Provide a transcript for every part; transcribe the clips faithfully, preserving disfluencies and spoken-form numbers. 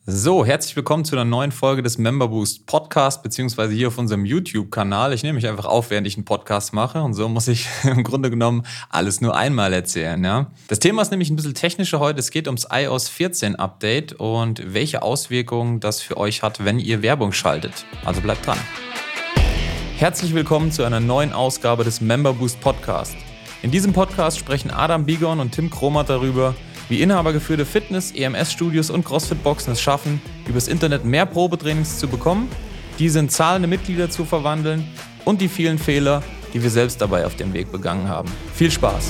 So, herzlich willkommen zu einer neuen Folge des Member Boost Podcast, beziehungsweise hier auf unserem YouTube-Kanal. Ich nehme mich einfach auf, während ich einen Podcast mache, und so muss ich im Grunde genommen alles nur einmal erzählen. Ja? Das Thema ist nämlich ein bisschen technischer heute. Es geht ums i O S vierzehn Update und welche Auswirkungen das für euch hat, wenn ihr Werbung schaltet. Also bleibt dran. Herzlich willkommen zu einer neuen Ausgabe des Member Boost Podcast. In diesem Podcast sprechen Adam Bigon und Tim Kromat darüber, wie inhabergeführte Fitness-, E M S-Studios und CrossFit-Boxen es schaffen, übers Internet mehr Probetrainings zu bekommen, diese in zahlende Mitglieder zu verwandeln und die vielen Fehler, die wir selbst dabei auf dem Weg begangen haben. Viel Spaß!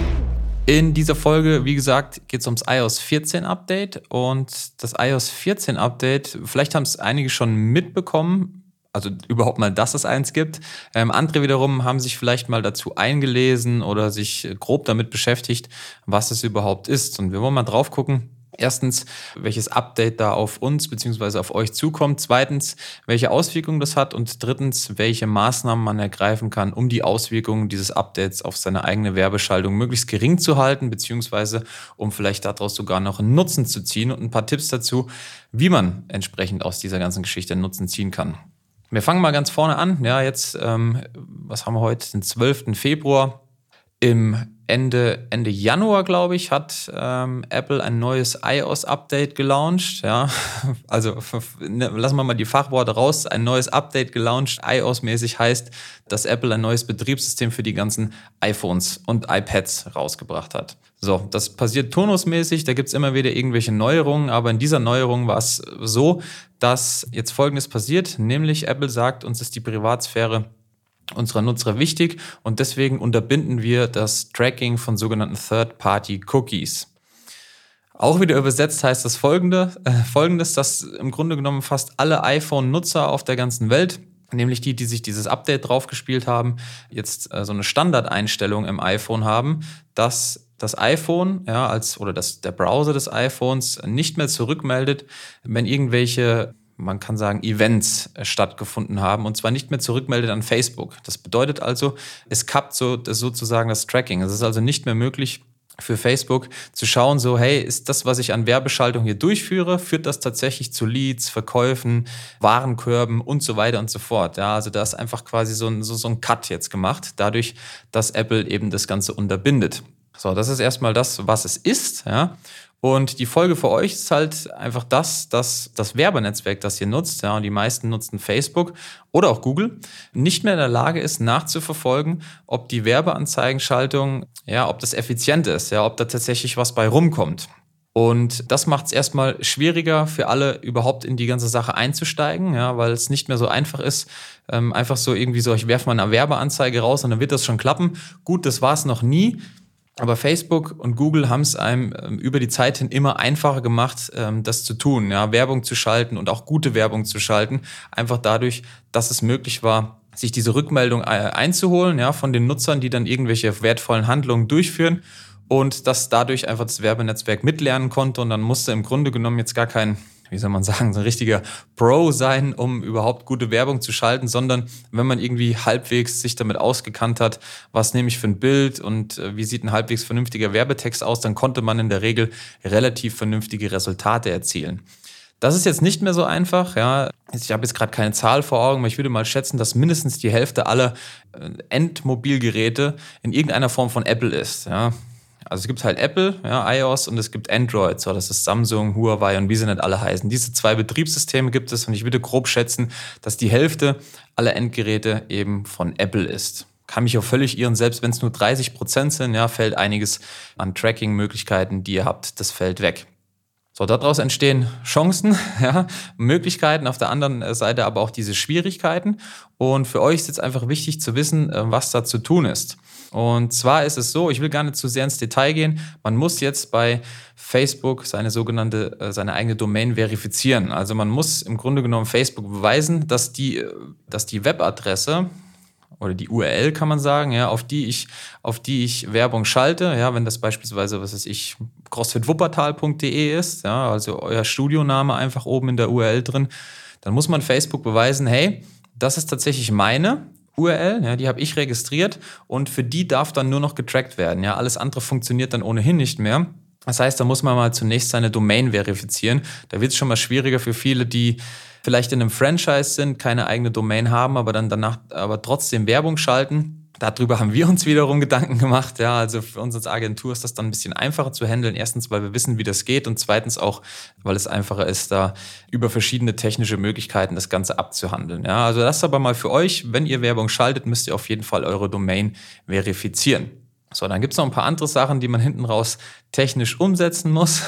In dieser Folge, wie gesagt, geht es ums i O S vierzehn Update und das i O S vierzehn Update, vielleicht haben es einige schon mitbekommen, also überhaupt mal, dass es eins gibt. Ähm, andere wiederum haben sich vielleicht mal dazu eingelesen oder sich grob damit beschäftigt, was es überhaupt ist. Und wir wollen mal drauf gucken. Erstens, welches Update da auf uns bzw. auf euch zukommt. Zweitens, welche Auswirkungen das hat. Und drittens, welche Maßnahmen man ergreifen kann, um die Auswirkungen dieses Updates auf seine eigene Werbeschaltung möglichst gering zu halten, beziehungsweise um vielleicht daraus sogar noch einen Nutzen zu ziehen. Und ein paar Tipps dazu, wie man entsprechend aus dieser ganzen Geschichte einen Nutzen ziehen kann. Wir fangen mal ganz vorne an. Ja, jetzt, ähm, was haben wir heute? Den zwölften Februar. Im Ende, Ende Januar, glaube ich, hat ähm, Apple ein neues i O S-Update gelauncht. Ja, also ne, lassen wir mal die Fachworte raus. Ein neues Update gelauncht. i O S-mäßig heißt, dass Apple ein neues Betriebssystem für die ganzen iPhones und iPads rausgebracht hat. So, das passiert turnusmäßig, da gibt's immer wieder irgendwelche Neuerungen, aber in dieser Neuerung war es so, dass jetzt Folgendes passiert, nämlich Apple sagt, uns ist die Privatsphäre unserer Nutzer wichtig und deswegen unterbinden wir das Tracking von sogenannten Third-Party-Cookies. Auch wieder übersetzt heißt das folgende, äh, folgendes, dass im Grunde genommen fast alle iPhone-Nutzer auf der ganzen Welt, nämlich die, die sich dieses Update draufgespielt haben, jetzt äh, so eine Standardeinstellung im iPhone haben, dass das iPhone, ja, als oder das, der Browser des iPhones nicht mehr zurückmeldet, wenn irgendwelche, man kann sagen, Events äh, stattgefunden haben, und zwar nicht mehr zurückmeldet an Facebook. Das bedeutet also, es kappt so, das sozusagen das Tracking. Es ist also nicht mehr möglich für Facebook zu schauen, so, hey, ist das, was ich an Werbeschaltung hier durchführe, führt das tatsächlich zu Leads, Verkäufen, Warenkörben und so weiter und so fort. Ja, also da ist einfach quasi so ein, so, so ein Cut jetzt gemacht, dadurch, dass Apple eben das Ganze unterbindet. So, das ist erstmal das, was es ist, ja. Und die Folge für euch ist halt einfach das, dass das Werbenetzwerk, das ihr nutzt, ja, und die meisten nutzen Facebook oder auch Google, nicht mehr in der Lage ist, nachzuverfolgen, ob die Werbeanzeigenschaltung, ja, ob das effizient ist, ja, ob da tatsächlich was bei rumkommt. Und das macht es erstmal schwieriger für alle, überhaupt in die ganze Sache einzusteigen, ja, weil es nicht mehr so einfach ist, ähm, einfach so irgendwie so, ich werfe mal eine Werbeanzeige raus und dann wird das schon klappen. Gut, das war es noch nie. Aber Facebook und Google haben es einem ähm, über die Zeit hin immer einfacher gemacht, ähm, das zu tun, ja, Werbung zu schalten und auch gute Werbung zu schalten, einfach dadurch, dass es möglich war, sich diese Rückmeldung äh, einzuholen, ja, von den Nutzern, die dann irgendwelche wertvollen Handlungen durchführen, und dass dadurch einfach das Werbenetzwerk mitlernen konnte, und dann musste im Grunde genommen jetzt gar kein, wie soll man sagen, so ein richtiger Pro sein, um überhaupt gute Werbung zu schalten, sondern wenn man irgendwie halbwegs sich damit ausgekannt hat, was nehme ich für ein Bild und äh, wie sieht ein halbwegs vernünftiger Werbetext aus, dann konnte man in der Regel relativ vernünftige Resultate erzielen. Das ist jetzt nicht mehr so einfach, ja. Ich habe jetzt gerade keine Zahl vor Augen, aber ich würde mal schätzen, dass mindestens die Hälfte aller äh, Endmobilgeräte in irgendeiner Form von Apple ist, ja. Also es gibt halt Apple, ja, iOS, und es gibt Android, so, das ist Samsung, Huawei und wie sie nicht alle heißen. Diese zwei Betriebssysteme gibt es, und ich würde grob schätzen, dass die Hälfte aller Endgeräte eben von Apple ist. Kann mich auch völlig irren, selbst wenn es nur dreißig Prozent sind, ja, fällt einiges an Tracking-Möglichkeiten, die ihr habt, das fällt weg. So, daraus entstehen Chancen, ja, Möglichkeiten, auf der anderen Seite aber auch diese Schwierigkeiten. Und für euch ist jetzt einfach wichtig zu wissen, was da zu tun ist. Und zwar ist es so, ich will gar nicht zu sehr ins Detail gehen, man muss jetzt bei Facebook seine sogenannte, seine eigene Domain verifizieren. Also man muss im Grunde genommen Facebook beweisen, dass die, dass die Webadresse oder die U R L, kann man sagen, ja, auf die ich, auf die ich Werbung schalte, ja, wenn das beispielsweise, was weiß ich, crossfit wuppertal punkt de ist, ja, also euer Studioname einfach oben in der U R L drin, dann muss man Facebook beweisen, hey, das ist tatsächlich meine U R L, ja, die habe ich registriert, und für die darf dann nur noch getrackt werden. Ja, alles andere funktioniert dann ohnehin nicht mehr. Das heißt, da muss man mal zunächst seine Domain verifizieren. Da wird es schon mal schwieriger für viele, die vielleicht in einem Franchise sind, keine eigene Domain haben, aber dann danach aber trotzdem Werbung schalten. Darüber haben wir uns wiederum Gedanken gemacht. Ja, also für uns als Agentur ist das dann ein bisschen einfacher zu handeln. Erstens, weil wir wissen, wie das geht und zweitens auch, weil es einfacher ist, da über verschiedene technische Möglichkeiten das Ganze abzuhandeln. Ja, also das aber mal für euch. Wenn ihr Werbung schaltet, müsst ihr auf jeden Fall eure Domain verifizieren. So, dann gibt es noch ein paar andere Sachen, die man hinten raus technisch umsetzen muss.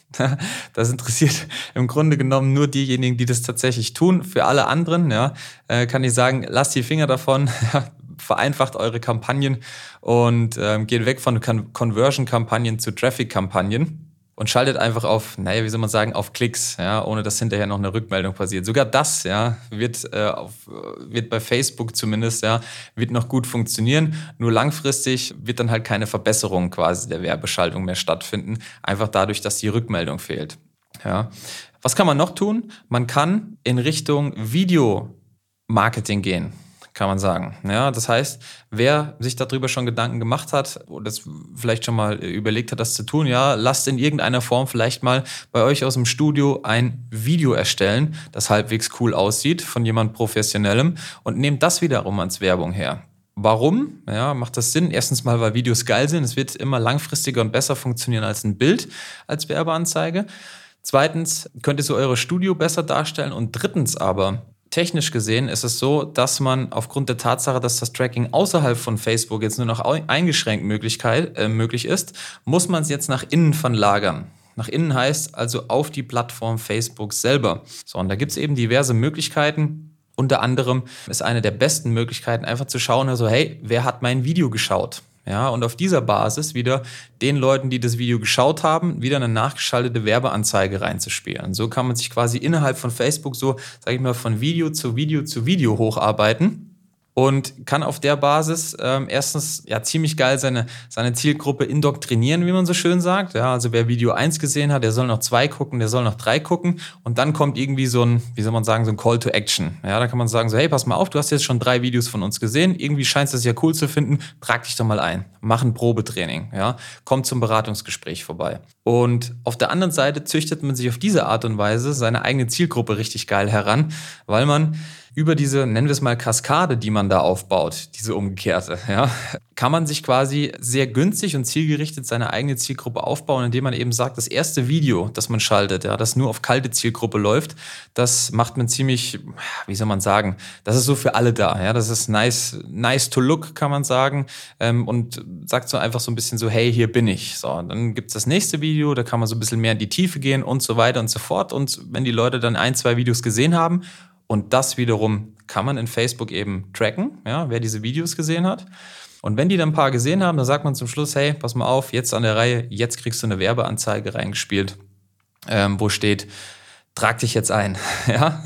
Das interessiert im Grunde genommen nur diejenigen, die das tatsächlich tun. Für alle anderen, ja, kann ich sagen, lasst die Finger davon. Vereinfacht eure Kampagnen und ähm, geht weg von Con- Conversion-Kampagnen zu Traffic-Kampagnen und schaltet einfach auf, naja, wie soll man sagen, auf Klicks, ja, ohne dass hinterher noch eine Rückmeldung passiert. Sogar das, ja, wird, äh, auf, wird bei Facebook zumindest, ja, wird noch gut funktionieren. Nur langfristig wird dann halt keine Verbesserung quasi der Werbeschaltung mehr stattfinden, einfach dadurch, dass die Rückmeldung fehlt. Ja. Was kann man noch tun? Man kann in Richtung Video-Marketing gehen, kann man sagen. Ja, das heißt, wer sich darüber schon Gedanken gemacht hat oder das vielleicht schon mal überlegt hat, das zu tun, ja, lasst in irgendeiner Form vielleicht mal bei euch aus dem Studio ein Video erstellen, das halbwegs cool aussieht von jemand Professionellem und nehmt das wiederum als Werbung her. Warum? Ja, macht das Sinn? Erstens mal, weil Videos geil sind. Es wird immer langfristiger und besser funktionieren als ein Bild, als Werbeanzeige. Zweitens könnt ihr so eure Studio besser darstellen und drittens aber technisch gesehen ist es so, dass man aufgrund der Tatsache, dass das Tracking außerhalb von Facebook jetzt nur noch eingeschränkt Möglichkeit, äh, möglich ist, muss man es jetzt nach innen verlagern. Nach innen heißt also auf die Plattform Facebook selber. So, und da gibt es eben diverse Möglichkeiten. Unter anderem ist eine der besten Möglichkeiten einfach zu schauen, also hey, wer hat mein Video geschaut? Ja, und auf dieser Basis wieder den Leuten, die das Video geschaut haben, wieder eine nachgeschaltete Werbeanzeige reinzuspielen. So kann man sich quasi innerhalb von Facebook so, sage ich mal, von Video zu Video zu Video hocharbeiten und kann auf der Basis ähm, erstens ja ziemlich geil seine, seine Zielgruppe indoktrinieren, wie man so schön sagt. Ja, also wer Video eins gesehen hat, der soll noch zwei gucken, der soll noch drei gucken und dann kommt irgendwie so ein, wie soll man sagen, so ein Call to Action. Ja, da kann man sagen so, hey, pass mal auf, du hast jetzt schon drei Videos von uns gesehen, irgendwie scheinst du es ja cool zu finden, trag dich doch mal ein, mach ein Probetraining, ja, komm zum Beratungsgespräch vorbei. Und auf der anderen Seite züchtet man sich auf diese Art und Weise seine eigene Zielgruppe richtig geil heran, weil man über diese, nennen wir es mal, Kaskade, die man da aufbaut, diese umgekehrte, ja, kann man sich quasi sehr günstig und zielgerichtet seine eigene Zielgruppe aufbauen, indem man eben sagt, das erste Video, das man schaltet, ja, das nur auf kalte Zielgruppe läuft, das macht man ziemlich, wie soll man sagen, das ist so für alle da, ja, das ist nice, nice to look, kann man sagen, ähm, und sagt so einfach so ein bisschen so, hey, hier bin ich. So, dann gibt's das nächste Video, da kann man so ein bisschen mehr in die Tiefe gehen und so weiter und so fort. Und wenn die Leute dann ein, zwei Videos gesehen haben, und das wiederum kann man in Facebook eben tracken, ja, wer diese Videos gesehen hat. Und wenn die dann ein paar gesehen haben, dann sagt man zum Schluss, hey, pass mal auf, jetzt an der Reihe, jetzt kriegst du eine Werbeanzeige reingespielt, ähm, wo steht, trag dich jetzt ein. Ja?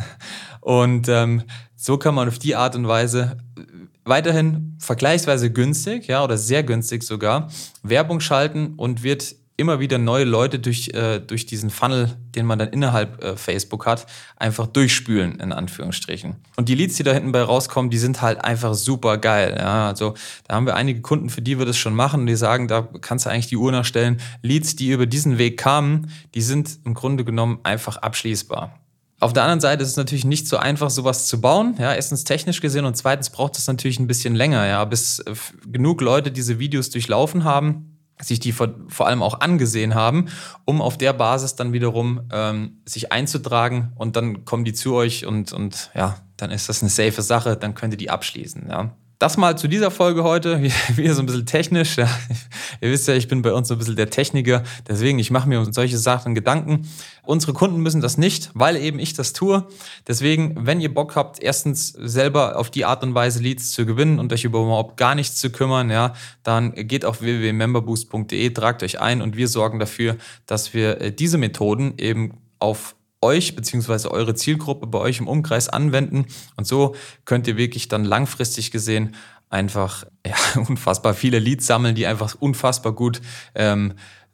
Und ähm, so kann man auf die Art und Weise weiterhin vergleichsweise günstig, ja, oder sehr günstig sogar, Werbung schalten und wird immer wieder neue Leute durch, äh, durch diesen Funnel, den man dann innerhalb äh, Facebook hat, einfach durchspülen, in Anführungsstrichen. Und die Leads, die da hinten bei rauskommen, die sind halt einfach super geil. Ja? Also da haben wir einige Kunden, für die wir das schon machen und die sagen, da kannst du eigentlich die Uhr nachstellen. Leads, die über diesen Weg kamen, die sind im Grunde genommen einfach abschließbar. Auf der anderen Seite ist es natürlich nicht so einfach, sowas zu bauen. Ja, erstens technisch gesehen und zweitens braucht es natürlich ein bisschen länger, ja, bis äh, genug Leute diese Videos durchlaufen haben, sich die vor, vor allem auch angesehen haben, um auf der Basis dann wiederum ähm, sich einzutragen und dann kommen die zu euch und, und ja, dann ist das eine safe Sache, dann könnt ihr die abschließen, ja. Das mal zu dieser Folge heute, wieder so ein bisschen technisch. Ja. Ihr wisst ja, ich bin bei uns so ein bisschen der Techniker, deswegen, ich mache mir um solche Sachen Gedanken. Unsere Kunden müssen das nicht, weil eben ich das tue. Deswegen, wenn ihr Bock habt, erstens selber auf die Art und Weise Leads zu gewinnen und euch überhaupt gar nichts zu kümmern, ja, dann geht auf w w w punkt memberboost punkt d e, tragt euch ein und wir sorgen dafür, dass wir diese Methoden eben auf euch bzw. eure Zielgruppe bei euch im Umkreis anwenden. Und so könnt ihr wirklich dann langfristig gesehen einfach ja, unfassbar viele Leads sammeln, die einfach unfassbar gut ähm,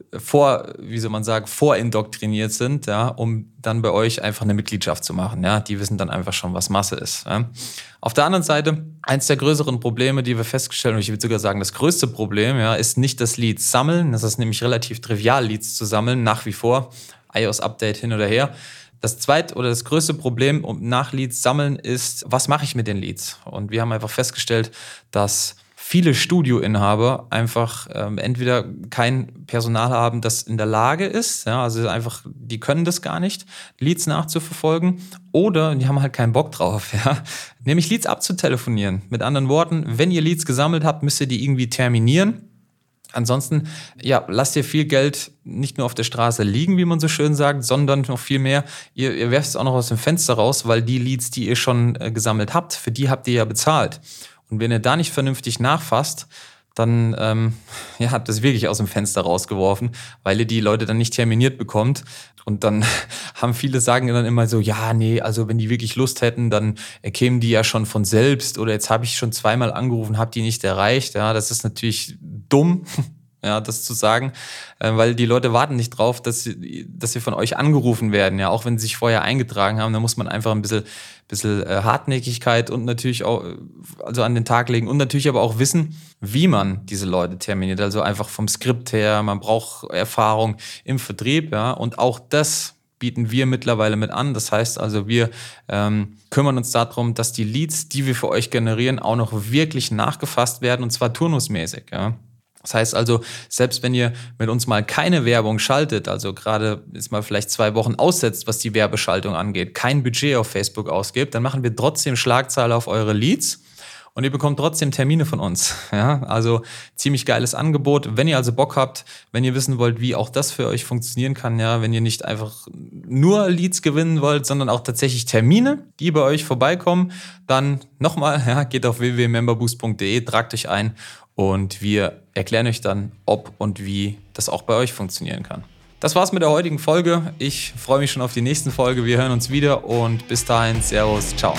vor, wie soll man sagen, vorindoktriniert sind, ja, um dann bei euch einfach eine Mitgliedschaft zu machen. Ja. Die wissen dann einfach schon, was Masse ist. Ja. Auf der anderen Seite, eins der größeren Probleme, die wir festgestellt haben, ich würde sogar sagen, das größte Problem, ja, ist nicht das Leads sammeln. Das ist nämlich relativ trivial, Leads zu sammeln, nach wie vor. iOS-Update hin oder her. Das zweite oder das größte Problem um nach Leads sammeln ist, was mache ich mit den Leads? Und wir haben einfach festgestellt, dass viele Studioinhaber einfach ähm, entweder kein Personal haben, das in der Lage ist, ja, also einfach, die können das gar nicht, Leads nachzuverfolgen, oder die haben halt keinen Bock drauf, ja, nämlich Leads abzutelefonieren. Mit anderen Worten, wenn ihr Leads gesammelt habt, müsst ihr die irgendwie terminieren. Ansonsten, ja, lasst ihr viel Geld nicht nur auf der Straße liegen, wie man so schön sagt, sondern noch viel mehr. Ihr, ihr werft es auch noch aus dem Fenster raus, weil die Leads, die ihr schon äh, gesammelt habt, für die habt ihr ja bezahlt. Und wenn ihr da nicht vernünftig nachfasst, dann ähm, ja, habt ihr es wirklich aus dem Fenster rausgeworfen, weil ihr die Leute dann nicht terminiert bekommt. Und dann haben viele sagen dann immer so, ja, nee, also wenn die wirklich Lust hätten, dann kämen die ja schon von selbst. Oder jetzt habe ich schon zweimal angerufen, habe die nicht erreicht. Ja, das ist natürlich dumm, ja, das zu sagen, äh, weil die Leute warten nicht drauf, dass sie, dass sie von euch angerufen werden. Ja, auch wenn sie sich vorher eingetragen haben, da muss man einfach ein bisschen, bisschen äh, Hartnäckigkeit und natürlich auch also an den Tag legen und natürlich aber auch wissen, wie man diese Leute terminiert. Also einfach vom Skript her, man braucht Erfahrung im Vertrieb, ja, und auch das bieten wir mittlerweile mit an. Das heißt also, wir ähm, kümmern uns darum, dass die Leads, die wir für euch generieren, auch noch wirklich nachgefasst werden, und zwar turnusmäßig, ja. Das heißt also, selbst wenn ihr mit uns mal keine Werbung schaltet, also gerade jetzt mal vielleicht zwei Wochen aussetzt, was die Werbeschaltung angeht, kein Budget auf Facebook ausgibt, dann machen wir trotzdem Schlagzahl auf eure Leads und ihr bekommt trotzdem Termine von uns. Ja, also ziemlich geiles Angebot. Wenn ihr also Bock habt, wenn ihr wissen wollt, wie auch das für euch funktionieren kann, ja, wenn ihr nicht einfach nur Leads gewinnen wollt, sondern auch tatsächlich Termine, die bei euch vorbeikommen, dann nochmal, ja, geht auf w w w punkt memberboost punkt d e, tragt euch ein. Und wir erklären euch dann, ob und wie das auch bei euch funktionieren kann. Das war's mit der heutigen Folge. Ich freue mich schon auf die nächsten Folge. Wir hören uns wieder und bis dahin, Servus, ciao.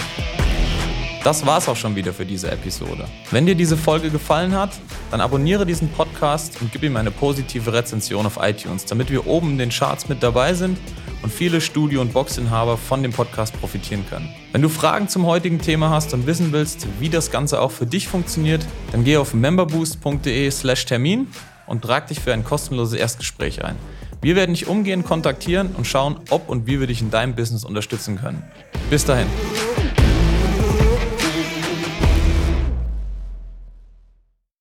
Das war's auch schon wieder für diese Episode. Wenn dir diese Folge gefallen hat, dann abonniere diesen Podcast und gib ihm eine positive Rezension auf iTunes, damit wir oben in den Charts mit dabei sind und viele Studio- und Boxinhaber von dem Podcast profitieren können. Wenn du Fragen zum heutigen Thema hast und wissen willst, wie das Ganze auch für dich funktioniert, dann geh auf memberboost punkt d e slash Termin und trag dich für ein kostenloses Erstgespräch ein. Wir werden dich umgehend kontaktieren und schauen, ob und wie wir dich in deinem Business unterstützen können. Bis dahin.